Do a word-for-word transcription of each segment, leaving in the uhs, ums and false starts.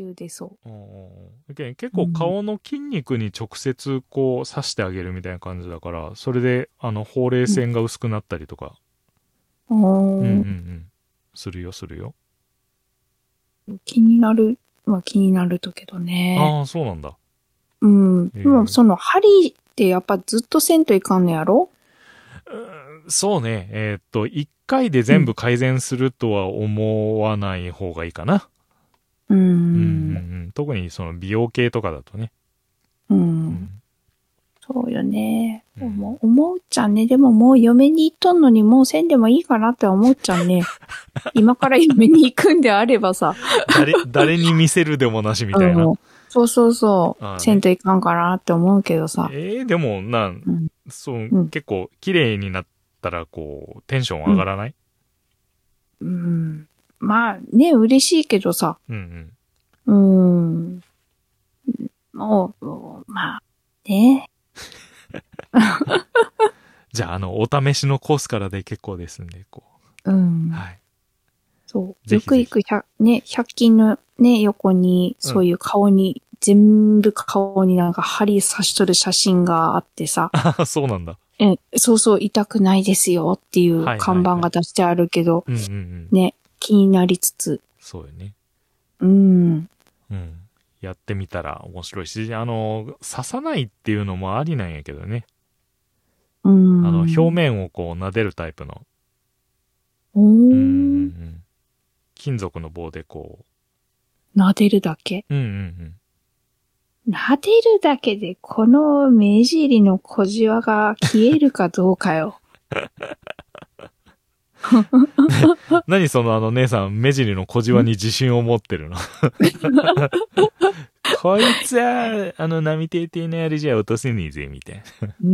中出そうん、け結構顔の筋肉に直接こう刺してあげるみたいな感じだから、それであのほうれい線が薄くなったりとか、 う。 うんうんうおー、 ん、するよするよ。 気になるは気になるとけどね。 ああ、そうなんだ。 うん。 へえでもその針ってやっぱずっとせんといかんのやろ？ うーんそうね。えーっと、一回で全部改善するとは思わない方がいいかな。 うーうんうんうんん。 特にその美容系とかだとね。 う。 うんんそうよね。 うん思う思うっちゃんね。でももう嫁に行っとんのにもうせんでもいいかなって思っちゃんね。今から嫁に行くんであればさ。 誰、誰に見せるでもなしみたいな。 うんそうそうそああねう。せんといかんかなって思うけどさ。 えー、でも、なん、 うん。 そう、 うん結構、綺麗になったら、こう、テンション上がらない？ うん。まあね、嬉しいけどさ。 うんうん。 うーん。もう、まあ、ね。 じゃあ、あの、お試しのコースからで結構ですんで、こうう。 ん。 はい。 そう。 ぜひぜひよく行くひゃね、百均のね、横に、そういう顔に、全部顔になんか針刺しとる写真があってさ。 ああ、そうなんだ。 え、そうそう、痛くないですよっていはいはいはいう看板が出してあるけど、 うんうんうん。 ね、気になりつつ。 そうよね。 うん。 うん。やってみたら面白いし、あの、刺さないっていうのもありなんやけどね。 うん。 あの、表面をこう撫でるタイプの。 おうんうんうー。 ん。金属の棒でこ撫でるだけ。 う。うんうんうん。 撫でるだけでこの目尻の小じわが消えるかどうかよ。 何そのあの姉さん、目尻の小じわに自信を持ってるのこいつは、あの、並亭亭のやりじゃ落とせねえぜ、みたいな。 うん。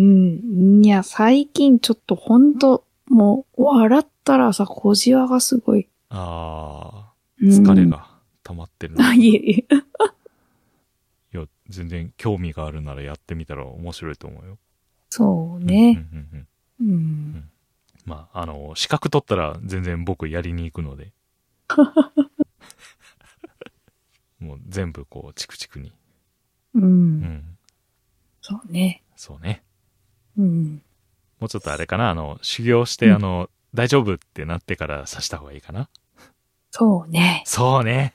いや、最近ちょっとほんと、もう、笑ったらさ、小じわがすごい。 あうんー、疲れが溜まってるのかあ、 な。 いえいえ。 いや、全然興味があるならやってみたら面白いと思うよ。 そううんね。 うんうんうんうん。 まあ、あの、資格取ったら全然僕やりに行くので。もう全部こう、チクチクに。 うん。 うん。 そうね。 そうね。 うん。 もうちょっとあれかな、あの、修行して、 うんあの、大丈夫ってなってから刺した方がいいかな。 そうね。 そうね。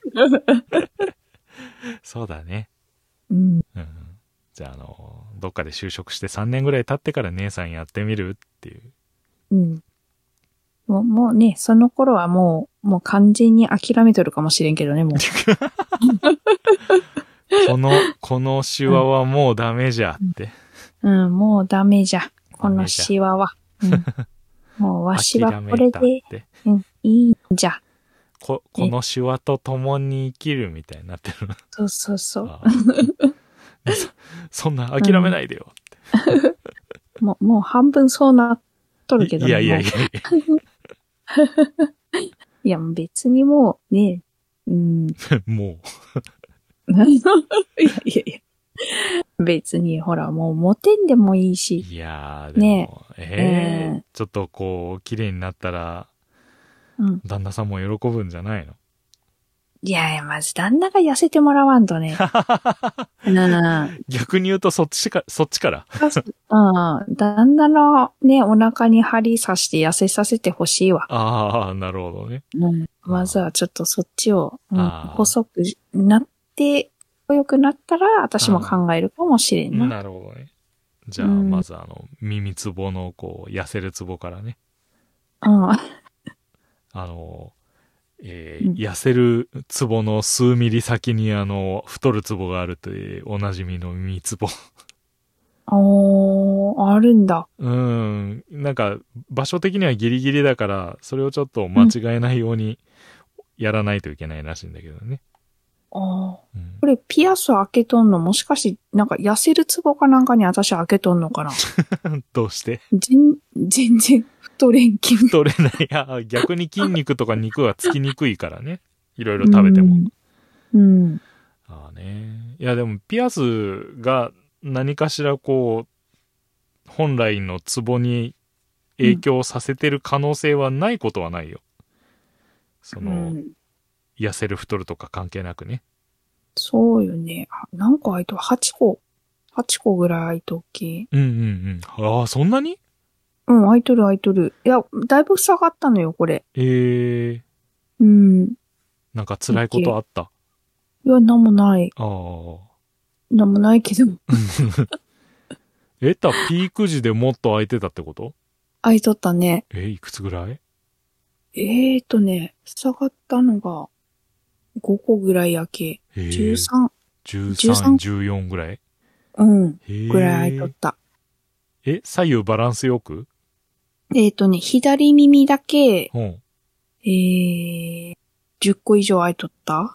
そうだね。 うん。 うん。じゃあ、あの、どっかで就職してさんねんぐらい経ってから姉さんやってみるっていう。 うん。もう、もうね、その頃はもう、もう完全に諦めとるかもしれんけどね、もう。 この、このシワはもうダメじゃって。 うん、もうダメじゃ。このダメじゃシワは。うん。もうわしはこれ諦めたっで、 て。 うん、いいんじゃ。 こ、このシワと共に生きるみたいになってる。 そうそうそう。 ああそ、そんな諦めないでよ。 もう、もう半分そうなっとるけどね。 いやいやいやもいや。 ういや、別にもう、ね、うん。 もいやいやいや。別に、ほら、もうモテんでもいいし。 いやー、でも、 ねえーえーちょっとこう、綺麗になったら、 うん。 旦那さんも喜ぶんじゃないの？ いやいや、まず旦那が痩せてもらわんとね。うん。 逆に言うとそっちか、そっちから。 うん。旦那のね、お腹に針刺して痩せさせてほしいわ。 ああ、なるほどね。 うん。まずはちょっとそっちを、うん、 あー細くなって、良くなったら、私も考えるかもしれんな。 なるほどね。じゃあ、 うんまずあの、耳つぼの、こう、痩せるつぼからね。 うん。 あの、えーうん痩せるツボの数ミリ先にあの、太るツボがあるというおなじみの耳つぼ。 おー、あるんだ。 うーん。なんか、場所的にはギリギリだから、それをちょっと間違えないようにやらないといけないらしいんだけどね。 あーうん、 これピアス開けとんのもしかし、なんか痩せるツボかなんかに私開けとんのかなどうして全、全然太れん気分。 太れない。いや、逆に筋肉とか肉はつきにくいからね。いろいろ食べても。 うん。うん。 ああね。いや、でも、ピアスが何かしらこう、本来のツボに影響させてる可能性はないことはないよ。その、 うん痩せる太るとか関係なくね。 そうよね。あ何個開いとる ?はち 個。はち個ぐらい開いとっけ。 うんうんうん。ああ、そんなに？ うん、開いとる開いとる。いや、だいぶ塞がったのよ、これ。 ええうん。 なんか辛いことあった？ いや、なんもない。 ああ。 なんもないけど。 えたピーク時でもっと空いてたってこと？ 開いとったね。 え、いくつぐらい？ えーとね、塞がったのがごこぐらいやけ。 えじゅうさん。 じゅうさん、じゅうよんぐらい？ うん。 へえ。 ぐらい開いとった。 え、左右バランスよく？ えーとね、左耳だけ、 うん。 えー、じゅっこ以上開いとった。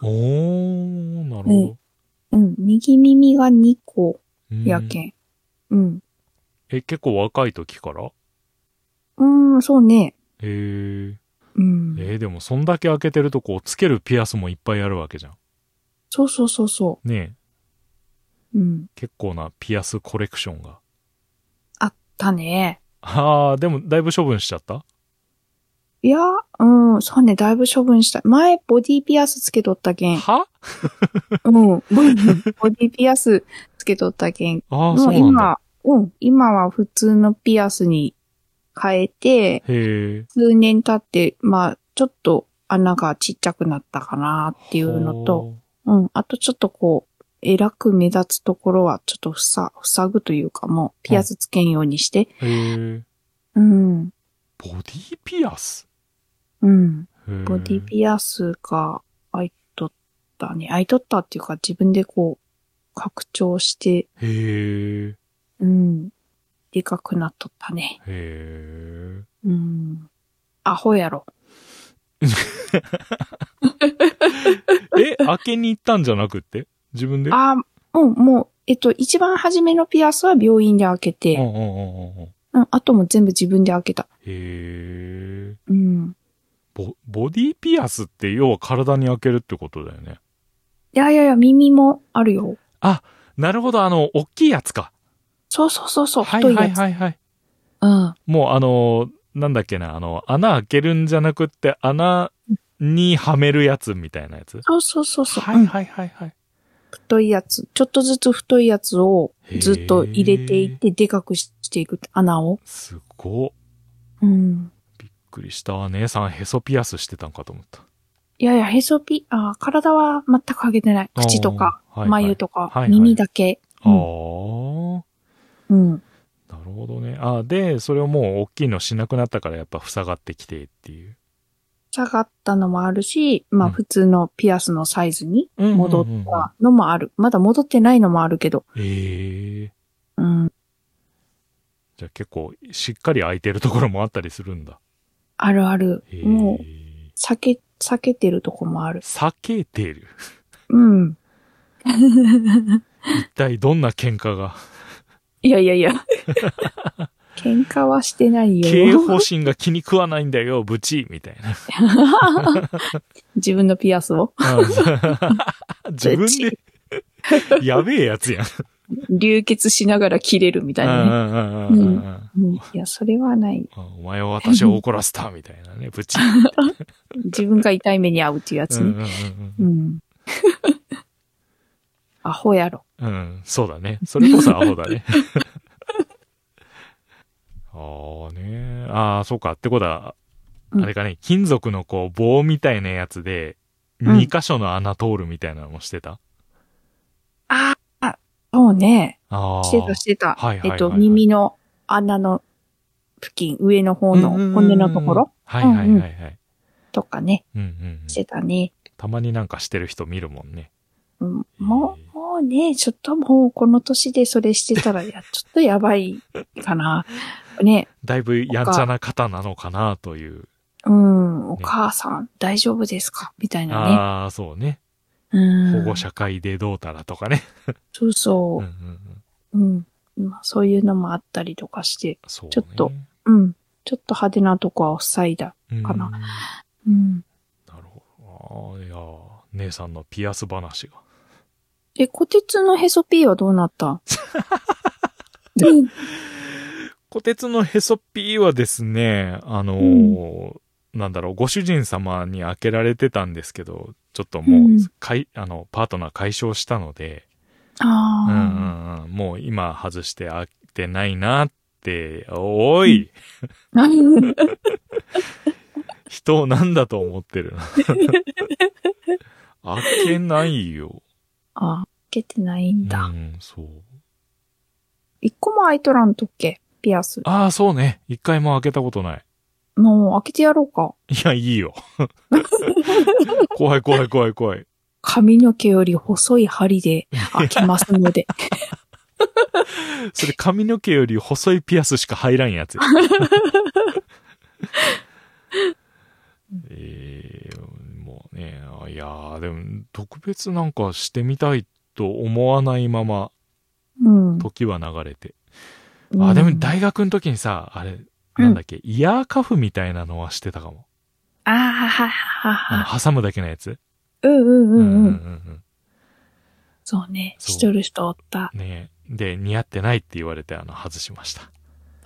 おー、なるほうん。右耳がにこど。 やけん。うん。 え、結構若い時から？へうーん、そうね。 え。 うん。 えーでもそんだけ開けてるとこうつけるピアスもいっぱいあるわけじゃん。 そうそうそうそねう。うん。 え。結構なピアスコレクションが。 あったね。 あー、でもだいぶ処分しちゃった？ いや、うん、そうね、だいぶ処分した。前、ボディピアスつけとったけん。 は？ うん、ボディボディピアスつけとったけん。 あー、 もそうなんだ。 今、うん、今は普通のピアスに変えて、 へえ。 数年経って、まあ、ちょっと穴がちっちゃくなったかなっていうのと、うん、あとちょっとこう、えらく目立つところはちょっとふさ、塞ぐというかもう、ピアスつけんようにして。 へえ。 うん。 ボディピアス？ うん。 へーボディピアスが開いとったね。開いとったっていうか自分でこう、拡張して、 へえ。 うん。でかくなっとったね。 へえ。 うん。アホやろ。 え、開けに行ったんじゃなくって自分で？ あ、うん、もう、えっと、一番初めのピアスは病院で開けて、 うんうんうんうん。 うん、あとも全部自分で開けた。 へえ。 うん。 ボ、ボディピアスって要は体に開けるってことだよね。 いやいやいや、耳もあるよ。 あ、なるほど、あの、大きいやつか。 そうそうそうそう、 はいはい太いやつ。 はいはい。 うん。 もうあの、なんだっけな、あの、穴開けるんじゃなくって、穴にはめるやつみたいなやつ。 そうそうそうそう。 はいはいはいはい。 太いやつ。ちょっとずつ太いやつをずっと入れていって、でかくしていく穴を。 すごっ。 うん。 びっくりしたわ。姉さんへそピアスしてたんかと思った。 いやいや、へそピ、あ、体は全く上げてない。口とか、 はいはい、 眉とか、 はいはい、 耳だけ。 うん、ああ。うん。 なるほどね。あで、それをもう大きいのしなくなったからやっぱ塞がってきてっていう。 下がったのもあるし、まあ普通のピアスのサイズに戻ったのもある。まだ戻ってないのもあるけど。 ええー。うん。 じゃあ結構しっかり空いてるところもあったりするんだ。 あるある。もう、避け、避けてるとこもある。 避けてるうん。 一体どんな喧嘩がいやいやいや。喧嘩はしてないよ。 経営方針が気に食わないんだよ、ブチみたいな。 自分のピアスを自分でやべえやつやん。 流血しながら切れるみたいなね。いや、それはない。 お前は私を怒らせたみたいなね、ブチ。 自分が痛い目に遭うっていうやつね。うん。アホやろ。 うん、そうだね。それこそアホだね。ああね。ああ、そうか。ってことは、あれかね、金属のこう棒みたいなやつで、に箇所の穴通るみたいなのもしてた？ ああ、そうね。 ああ。 してたしてた。 はいはいはいはい。 えっと、耳の穴の付近、上の方の骨のところ。 はいはいはいはい。 とかね。 うんうんうん。 してたね。 たまになんかしてる人見るもんね。 うん、もう、もうね、ちょっともうこの年でそれしてたら、いや、ちょっとやばいかな。ね。 だいぶやんちゃな方なのかなという。 うん、お母さん、ね、大丈夫ですかみたいなね。 ああ、そうね。 うん。 保護者会でどうたらとかね。 そうそう。うんうん、うん。そういうのもあったりとかして、そうね、ちょっと、うん。ちょっと派手なとこは塞いだかな。うん。うん、 なるほど。ああ、いや、姉さんのピアス話が。 え、小鉄のへそピーはどうなった小鉄のへそピーはですね、あのー、 なんだろう、ご主人様に開けられてたんですけど、ちょっともう、うん、かいあの、パートナー解消したので、 ああ、 うんうんうん、もう今外して開けてないなって、おい、うん、人をなんだと思ってるの開けないよ。 あ、開けてないんだ。 うん、そう。 一個も開いとらんとっけ、ピアス。 ああ、そうね。一回も開けたことない。 もう開けてやろうか。 いや、いいよ。怖い怖い怖い怖い。 髪の毛より細い針で開けますので。 それ髪の毛より細いピアスしか入らんやつや。えー、もうね、いやー、でも特別なんかしてみたいと思わないまま、うん、時は流れて。うん、あ、でも大学の時にさ、あれ、なんだっけ、うん、イヤーカフみたいなのはしてたかも。 ああ、ははは。 あの、挟むだけのやつ。 うんうんうんうん。うんうんうん、そうね。しとる人おった。 ね。で、似合ってないって言われて、あの、外しました。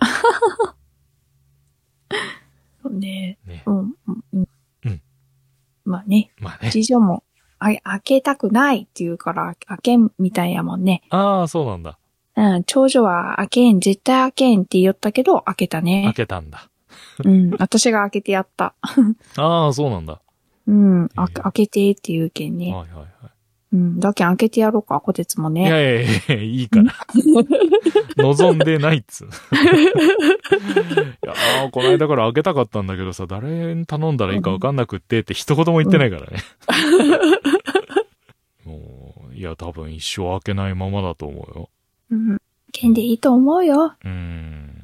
そうね。 ね。 うん。うん。 うん。 まあね。 まあね。 次女も、あ、開けたくないって言うから、開けんみたいやもんね。 ああ、そうなんだ。 うん。長女は開けん、絶対開けんって言ったけど、開けたね。 開けたんだ。 うん。私が開けてやった。 ああ、そうなんだ。 うん。あ、開けてって言うけんね。 はいはいはい。 うん。だけん開けてやろうか、こてつもね。 いやいやいや、いいから。望んでないっつ。いやー、この間から開けたかったんだけどさ、誰に頼んだらいいか分かんなくってって一言も言ってないからね。うん、もう、いや、多分一生開けないままだと思うよ。 うん。開けんでいいと思うよ。 うん。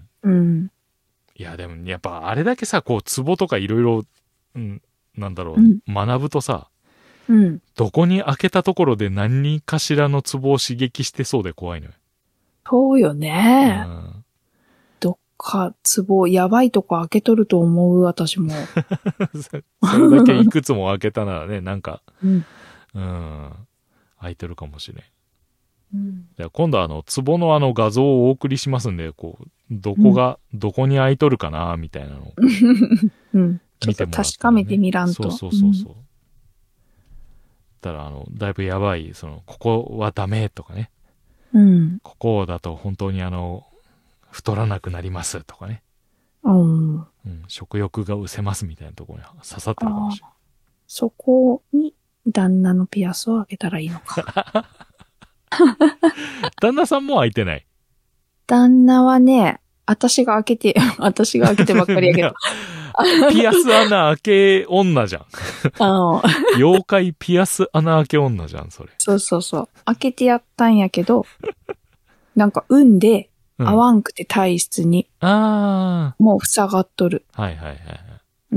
うん。 いや、でもやっぱあれだけさ、こう、ツボとかいろいろ、うん、なんだろう、うん、学ぶとさ、 うん。 どこに開けたところで何かしらのツボを刺激してそうで怖いのよ。 そうよね。うん、どっかツボ、やばいとこ開けとると思う、私も。 それだけいくつも開けたならね、なんか、 うん、 うん、開いてるかもしれん。 うん、 じゃあ今度はあの、ツボのあの画像をお送りしますんで、こう、どこが、うん、どこに開いとるかな、みたいなのを。 うん。ちょっと確かめてみらんと。 そうそうそうそう。うん、たら、あの、だいぶやばい、その、ここはダメとかね。 うん。 ここだと本当にあの、太らなくなりますとかね。 うん。うん。 食欲が失せますみたいなところに刺さってるかもしれない。 そこに旦那のピアスを開けたらいいのか。 旦那さんも開いてない。 旦那はね、私が開けて、私が開けてばっかりやけど。 ピアス穴開け女じゃん。 あ妖怪ピアス穴開け女じゃん、それ。 そうそうそう。開けてやったんやけど、なんか運で合わんくて体質に。 うん、ああ。もう塞がっとる。 はいはいはい。 うん。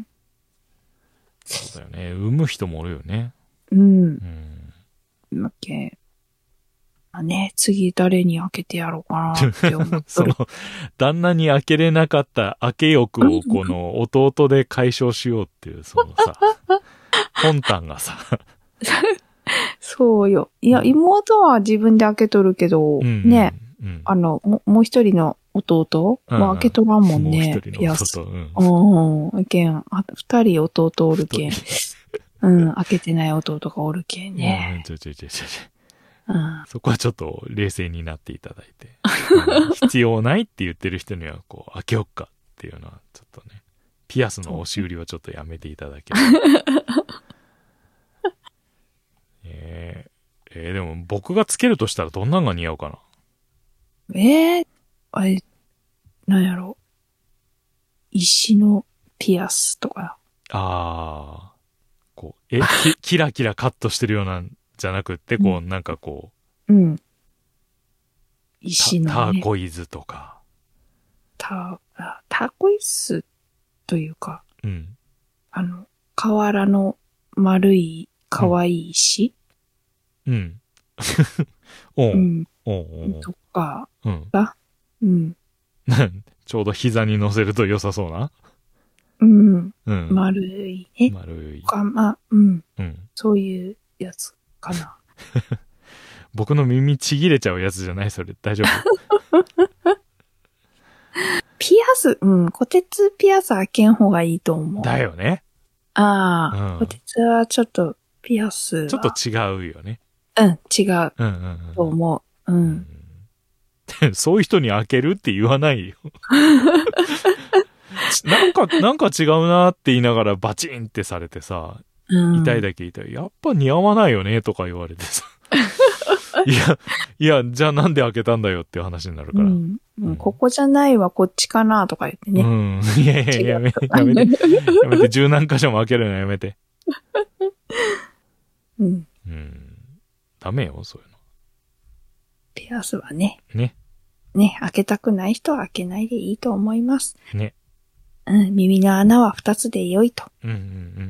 そうだよね。産む人もおるよね。 うん。うん。だっけ。あね、次誰に開けてやろうかなって思ってその、旦那に開けれなかった開け欲をこの弟で解消しようっていう、そのさ、魂胆がさ。 そうよ。いや、妹は自分で開けとるけど、うん、ね、うん、あの、も, もう一人の弟は開けとらんもんね。うん、もう一人の弟。うん。うん。けん、あ二人弟おるけん。うん、開けてない弟がおるけんね。 うん、ちょちょちょちょちょ。 うん、 そこはちょっと冷静になっていただいて。必要ないって言ってる人には、こう、開けよっかっていうのは、ちょっとね、ピアスの押し売りはちょっとやめていただければ。えー、えー、でも僕がつけるとしたらどんなんが似合うかな。 えー、あれ、なんやろ。石のピアスとか。 ああ。こう、え、キキラキラカットしてるようなんじゃなくって、こう、うん、なんかこう。うん。石の、ね、 ターコイズとか。 ター、ターコイズというか。 うん。 あの、瓦の丸い、可愛い石、 うん、うん。おう、うん。おうおうとかが、 うん。 ちょうど膝に乗せると良さそうな。 うん。 うん。 丸いね。 丸い。 か、まあ、うん。 うん。 そういうやつかな。 僕の耳ちぎれちゃうやつじゃないそれ。大丈夫ピアス、うん、小鉄ピアス開けん方がいいと思う。 だよね。 ああ、 うん、 小鉄はちょっと、ピアスは。 ちょっと違うよね。 うん、違う。 うんうんうん。 と思う。うん。 うん、そういう人に開けるって言わないよ。なんか、なんか違うなって言いながらバチンってされてさ、うん、痛いだけ痛い。やっぱ似合わないよねとか言われてさ。いや、いや、じゃあなんで開けたんだよっていう話になるから。 うんうん、ここじゃないわ、こっちかなとか言ってね。 うん。いやいや、やめて、やめて。やめて、十何箇所も開けるのやめて。 うん。 うん。ダメよ、そういうの。 ピアスはね。 ね。 ね、開けたくない人は開けないでいいと思います。 ね。 うん、耳の穴は二つで良いと。 うんうんうん。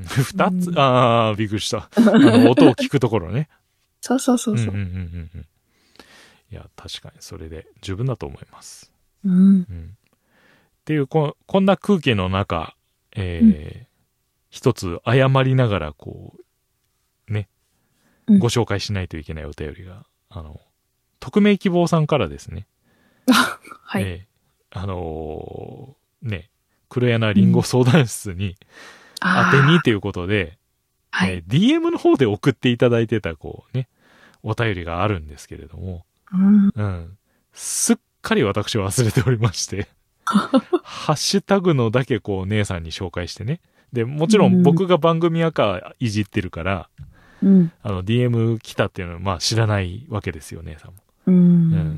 二つ、うん、ああ、びっくりした。あの、音を聞くところね。 そうそうそうそう。 うんうんうんうん。いや、確かにそれで十分だと思います。 うん。うん、 っていうこ、こんな空気の中、えーうん、一つ謝りながら、こう、ね、うん、ご紹介しないといけないお便りが、あの、匿名希望さんからですね。 はい。 えー、あのー、ね、黒柳りんご相談室に、宛てにということで、 はい、 えー、ディーエム の方で送っていただいてた、こうね、お便りがあるんですけれども、 うん、 うん。すっかり私は忘れておりまして、ハッシュタグのだけこう姉さんに紹介してね。で、もちろん僕が番組アカいじってるから、うん、あの ディーエム 来たっていうのはまあ知らないわけですよ、姉さんも。 うんうん、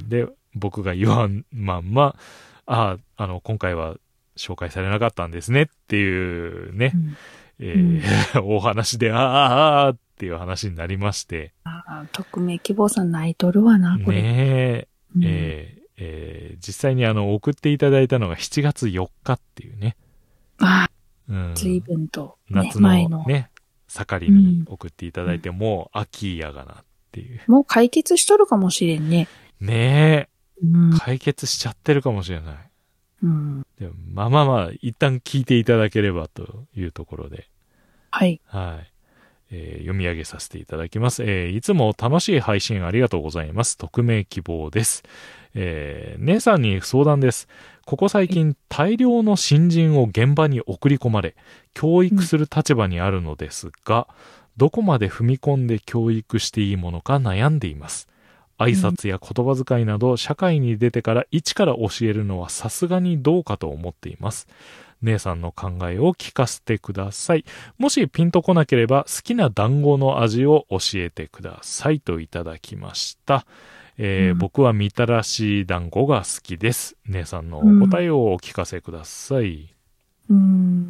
で、僕が言わんまんま、ああ、あの、今回は紹介されなかったんですねっていうね、うんえーうん、お話で、ああ、ああっていう話になりまして。 ああ、匿名希望さん泣いとるわな、これ。 ねえ、うん、えーえー、実際にあの、送っていただいたのがしちがつよっかっていうね。 ああ、 うん、 随分と、 ね、夏のね、の盛りに送っていただいて、うん、もう秋やがなっていう。 もう解決しとるかもしれんね。 ねえ、うん、解決しちゃってるかもしれない。 うん、 でもまあまあまあ、一旦聞いていただければというところで。 はい。 はい。えー、読み上げさせていただきます、えー。いつも楽しい配信ありがとうございます。匿名希望です。えー、姉さんに相談です。ここ最近大量の新人を現場に送り込まれ、教育する立場にあるのですが、うん、どこまで踏み込んで教育していいものか悩んでいます。挨拶や言葉遣いなど、社会に出てから一から教えるのはさすがにどうかと思っています。姉さんの考えを聞かせてください。もしピンとこなければ好きな団子の味を教えてくださいといただきました。えーうん、僕はみたらし団子が好きです。姉さんのお答えをお聞かせください。 うん、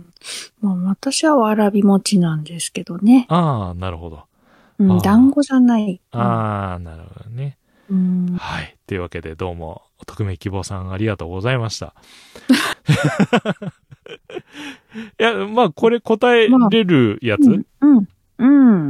まあ、私はわらび餅なんですけどね。 ああ、なるほど。 うん、団子じゃない。 ああ、なるほどね。うん、はい。というわけでどうも、匿名希望さんありがとうございました。いや、まあ、これ答えれるやつ、まあ、 うん、うん、うん、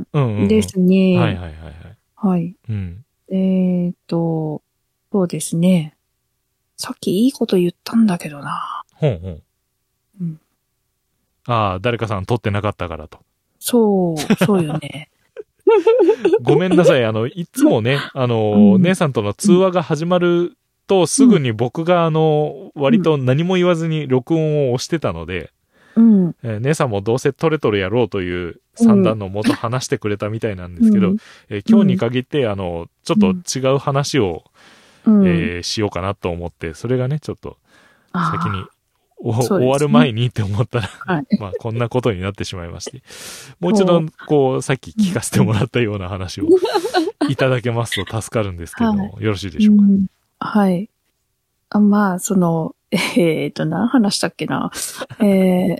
うんうん、ですね。 はいはいはいはい。 はい。うん。えっと、そうですね。さっきいいこと言ったんだけどな。 ほんほん。うん。ああ、誰かさん撮ってなかったからと。 そう、そうよね。 ごめんなさい。あの、いつもね、あの、うん、姉さんとの通話が始まるとすぐに僕があの、割と何も言わずに録音を押してたので、うんえー、姉さんもどうせトレトレやろうという算段のもと話してくれたみたいなんですけど、うんえー、今日に限って、あの、ちょっと違う話を、うんえー、しようかなと思って、それがね、ちょっと先にお、ね、終わる前にって思ったら、はい、まあこんなことになってしまいまして、もう一度、こう、さっき聞かせてもらったような話をいただけますと助かるんですけども、はい、よろしいでしょうか。うん、 はい。あまあ、その、えっと、何話したっけな。えー、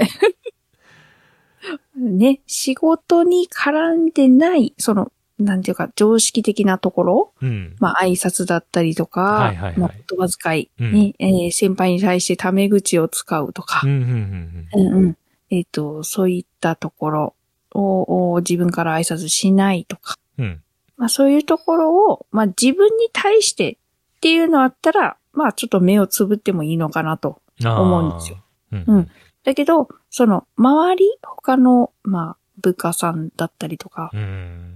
ね、仕事に絡んでない、その、なんていうか、常識的なところ、うん、まあ、挨拶だったりとか、はいはいはいまあ、言葉遣いに、うんえー、先輩に対してタメ口を使うとか、うんうんうんうん、えっと、そういったところを自分から挨拶しないとか、うんまあ、そういうところを、まあ、自分に対してっていうのあったら、まあちょっと目をつぶってもいいのかなと思うんですよ。うん、うん。だけど、その周り、他の、まあ部下さんだったりとか、うん、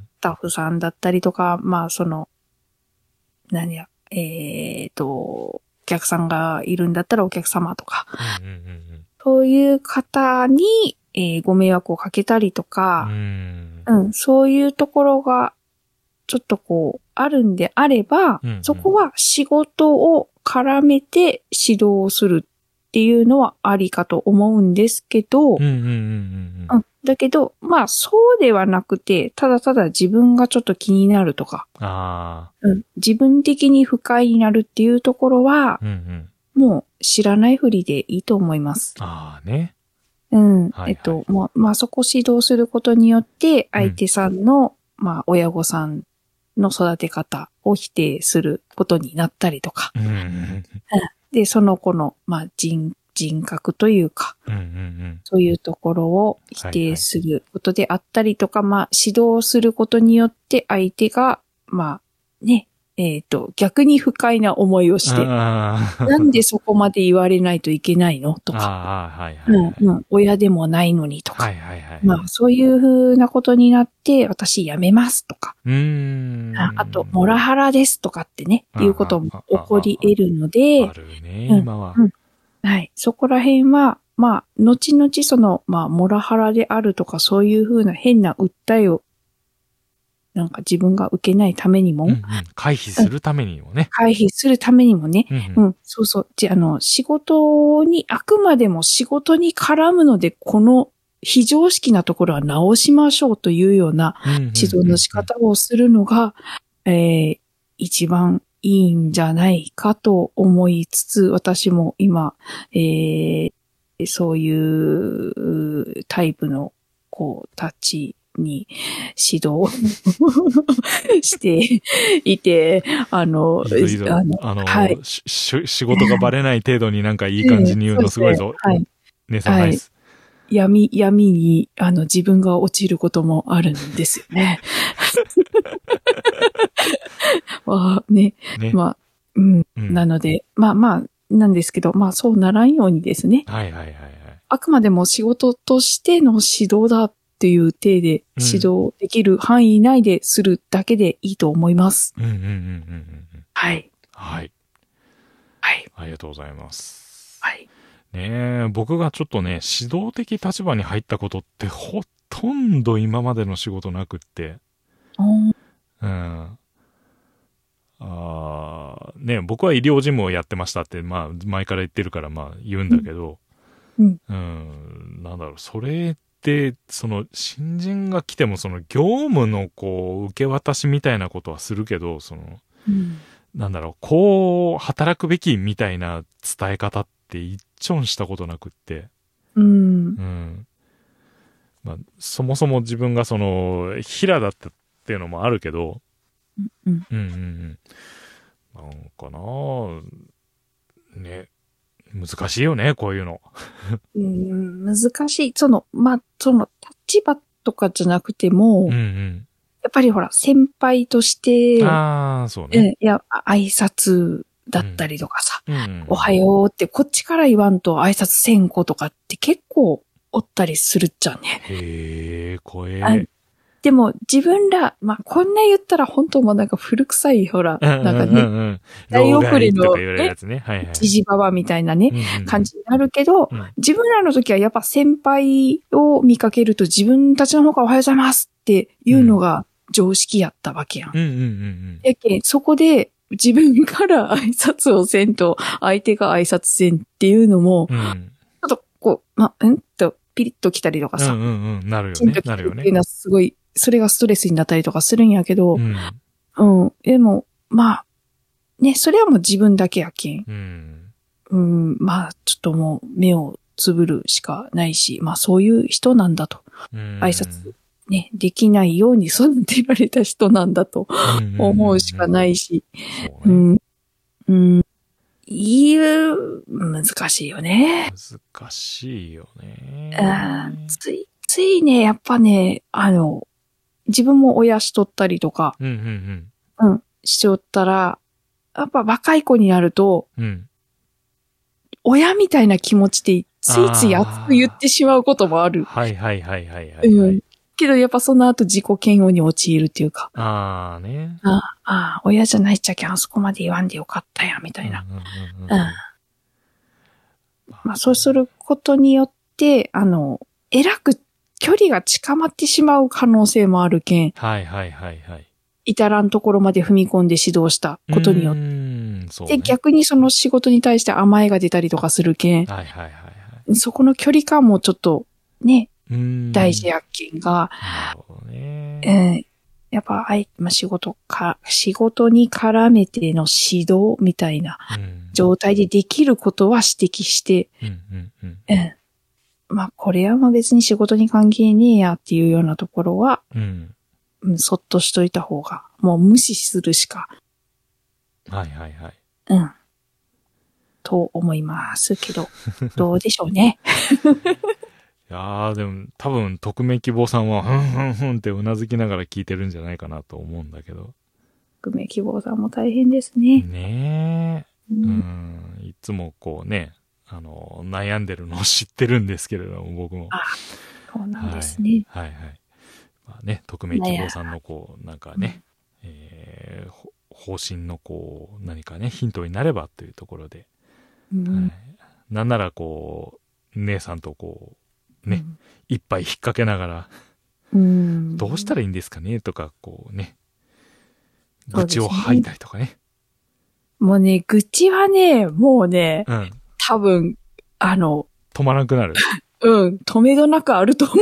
スタッフさんだったりとか、まあその、何や、えーと、 客さんがいるんだったらお客様とか、 うんうんうんうん、 そういう方に、えー、ご迷惑をかけたりとか、うん、うん、そういうところがちょっとこうあるんであれば、うんうん、そこは仕事を絡めて指導をするっていうのはありかと思うんですけど、うんうんうんうんうん、だけど、まあそうではなくて、ただただ自分がちょっと気になるとか、あ、うん、自分的に不快になるっていうところは、うんうん、もう知らないふりでいいと思います。 ああね。 うん。はいはい、えっと、まあ、まあそこ指導することによって、相手さんの、うん、まあ親御さんの育て方を否定することになったりとか、うんうんうん、で、その子の、まあ人、人格というか、うんうんうん、そういうところを否定することであったりとか、はいはい、まあ指導することによって相手が、まあね、えっと、逆に不快な思いをして、なんでそこまで言われないといけないのとか、はいはいはい、うんうん、親でもないのにとか、はいはいはい、まあそういうふうなことになって、私辞めますとか、うーん あ, あと、モラハラですとかってね、いうことも起こり得るので、 あるね、今は、 うんうん。はい。そこら辺は、まあ、後々その、まあ、モラハラであるとか、そういうふうな変な訴えを、なんか自分が受けないためにも、うんうん、 回避するためにもね、うん。 回避するためにもね。うん、うん、そうそう。じゃあ、の、仕事に、あくまでも仕事に絡むので、この非常識なところは直しましょうというような指導の仕方をするのが、えー、一番いいんじゃないかと思いつつ、私も今、えー、そういうタイプの、こう、たちに指導をしていて、あの、 いいぞいいぞあの、あのはい、し仕事がバレない程度になんかいい感じに言うのすごいぞ。えー、ね、はい。姉さんナイス。 闇、闇に、あの、自分が落ちることもあるんですよね。まあ、ね。ね。まあ、うん。うん、なので、まあまあ、なんですけど、まあそうならんようにですね。はいはいはい、はい。あくまでも仕事としての指導だっていう体で指導できる範囲内でするだけでいいと思います。うんうんうんうんうん。はい。 はい。 はい。 ありがとうございます。 はい。 ねえ、僕がちょっとね、指導的立場に入ったことってほとんど今までの仕事なくって。うん。あね、僕は医療事務をやってましたって、まあ、前から言ってるから、まあ、言うんだけど、うん。うん、なんだろう、それって、その、新人が来ても、その、業務の、こう、受け渡しみたいなことはするけど、その、うん、なんだろう、こう、働くべきみたいな伝え方って一丁したことなくって、うん。うん。まあ、そもそも自分が、その、平だったっていうのもあるけど、うん、うんうんうんなんかなぁ、ね、難しいよね、こういうの。 うん、難しい。その、まあ、その、立場とかじゃなくても、うんうん、やっぱりほら、先輩として、 ああ、そうね。 いや、挨拶だったりとかさ、うんうんうん、おはようって、こっちから言わんと挨拶せんことかって結構おったりするっちゃね。 へえ、怖え。 でも自分ら、まあ、こんな言ったら本当もなんか古臭い、ほら、なんかね、大遅れの、ね、じじばばみたいなね、うんうん、感じになるけど、うん、自分らの時はやっぱ先輩を見かけると自分たちの方がおはようございますっていうのが常識やったわけやん。うんうんうんうん、やけんそこで自分から挨拶をせんと相手が挨拶せんっていうのも、うん、ちょっとこう、ま、んとピリッと来たりとかさ、 うんうんうん、なるよね。なるよね。 っていうのはすごい、それがストレスになったりとかするんやけど、うん。うん、でも、まあ、ね、それはもう自分だけやけん。うん。うん、まあ、ちょっともう目をつぶるしかないし、まあそういう人なんだと。うん。挨拶、ね、できないように育てられた人なんだと思うしかないし。うん。うん。言う、難しいよね。 難しいよね。 あつい、ついね、やっぱね、あの、自分も親しとったりとか、うんうんうん、うん、しとったら、やっぱ若い子になると、うん、親みたいな気持ちでついつい熱く言ってしまうこともある。 はいはいはいはいはい、はい、うん。 けどやっぱその後自己嫌悪に陥るっていうか。 ああね。 ああ、親じゃないっちゃけん、あそこまで言わんでよかったや、みたいな。うん。うんうんまあそうすることによって、あの、えらく距離が近まってしまう可能性もあるけん。 はいはいはいはい。 至らんところまで踏み込んで指導したことによって。うんそうね、で、逆にその仕事に対して甘えが出たりとかするけん。はいはいはい、はい。そこの距離感もちょっとね、大事やけんが。なるほどね。うんやっぱ、あい、まあ、仕事か、仕事に絡めての指導みたいな状態でできることは指摘して、うんうんうんうん、まあ、これはまあ別に仕事に関係ねえやっていうようなところは、うんうん、そっとしといた方が、もう無視するしか。 はいはいはい。 うん。と思いますけど、どうでしょうね。 いやー、でも、多分、匿名希望さんは、ふんふんふんってうなずきながら聞いてるんじゃないかなと思うんだけど。 匿名希望さんも大変ですね。 ねえ。うん、うん。いつもこうね、あの、悩んでるのを知ってるんですけれども、僕も。 あ、そうなんですね。 はい、はい、はい。まあね、匿名希望さんのこう、なんかね、うん、えー、方針のこう、何かね、ヒントになればというところで。うん、はい。なんならこう、姉さんとこう、ね、うん、一杯引っ掛けながら、うん、どうしたらいいんですかねとか、こうね、愚痴を吐いたりとかね。 もうね、愚痴はね、もうね、うん、多分、あの、 止まらなくなる。 うん、止めどなくあると思う。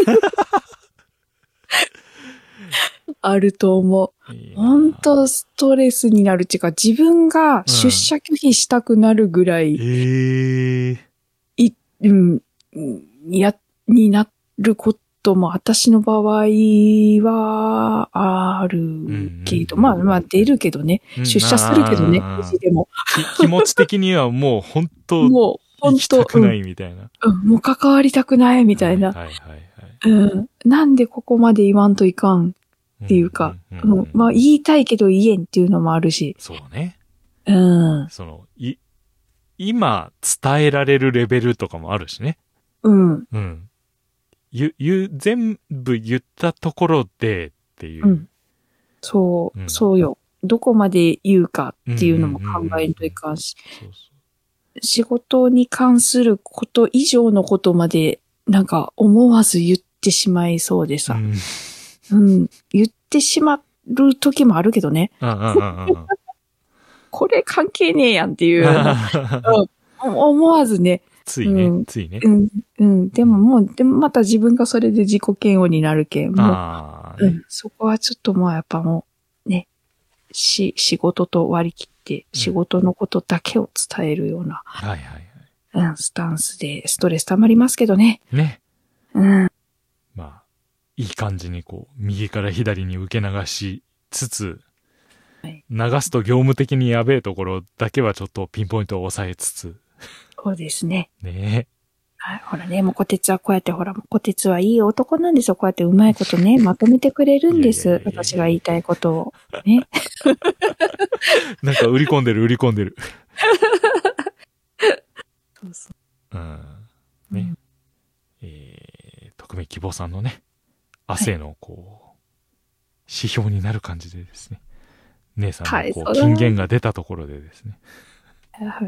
あると思う。本当ストレスになるっていうか、自分が出社拒否したくなるぐらい、うん、えー、い、うん、や、になることも私の場合はあるけど、うんうんうん、まあまあ出るけどね、うん、出社するけどね、でも気持ち的にはもう本当もう本当行きたくないみたいな、 うん、うん、もう関わりたくないみたいな、はいはいはいはい、うん、なんでここまで言わんといかんっていうか、うんうんうんうん、まあ言いたいけど言えんっていうのもあるし、 そうね、 うん、 そのい今伝えられるレベルとかもあるしね。 うん。 うん。ゆ、ゆ、全部言ったところでっていう。うん、 そう、うん、そうよ。どこまで言うかっていうのも考えんといかんし。仕事に関すること以上のことまで、なんか思わず言ってしまいそうでさ。うん。うん、言ってしまう時もあるけどね。これ関係ねえやんっていう。うん、思わずね。 ついね、うん、ついね。 うん、うん。でももう、でもまた自分がそれで自己嫌悪になるけん。もう、あね、うん、そこはちょっともうやっぱもう、ね、し、仕事と割り切って、仕事のことだけを伝えるような、うん、はいはいはい。うん、スタンスでストレス溜まりますけどね。 ね。 うん。 まあ、いい感じにこう、右から左に受け流しつつ、はい、流すと業務的にやべえところだけはちょっとピンポイントを押さえつつ、 そうですね。 ねえ。 はい、ほらね、もう小鉄はこうやってほら、小鉄はいい男なんですよ。こうやってうまいことね、まとめてくれるんです。いやいやいやいや私が言いたいことを。ね。 なんか売り込んでる、売り込んでる。 そうそう。 うん。ね。うん、えー、匿名希望さんのね、汗のこう、はい、指標になる感じでですね。姉さんのこう、金言が出たところでですね。はい。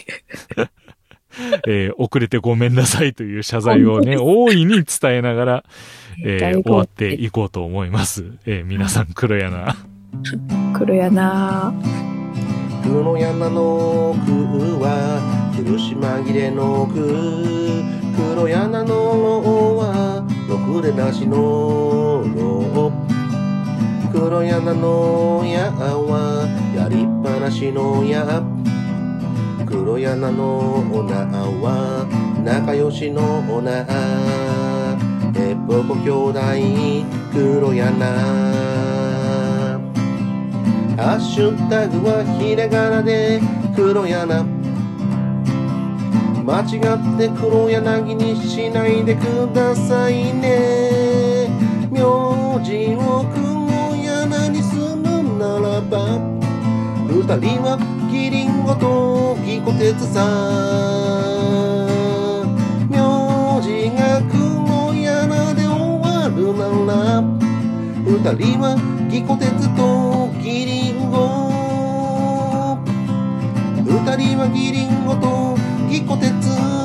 えー、遅れてごめんなさいという謝罪をね、大いに伝えながら、えー、終わっていこうと思います。えー、皆さん、黒柳。 黒柳。 黒柳の句は、苦し紛れの句。黒柳のろは、ろくでなしのろ。黒柳のやは、やりっぱなしのや。黒柳のおなは仲良しのおなえっぽこ兄弟黒柳ハッシュタグはひらがなで黒柳間違って黒柳にしないでくださいね名字を黒柳にするならば二人はキリンゴとギコテツさ名字が黒柳で終わるなら二人はギコ鉄とギリンゴ。二人はギリンゴとギコ鉄。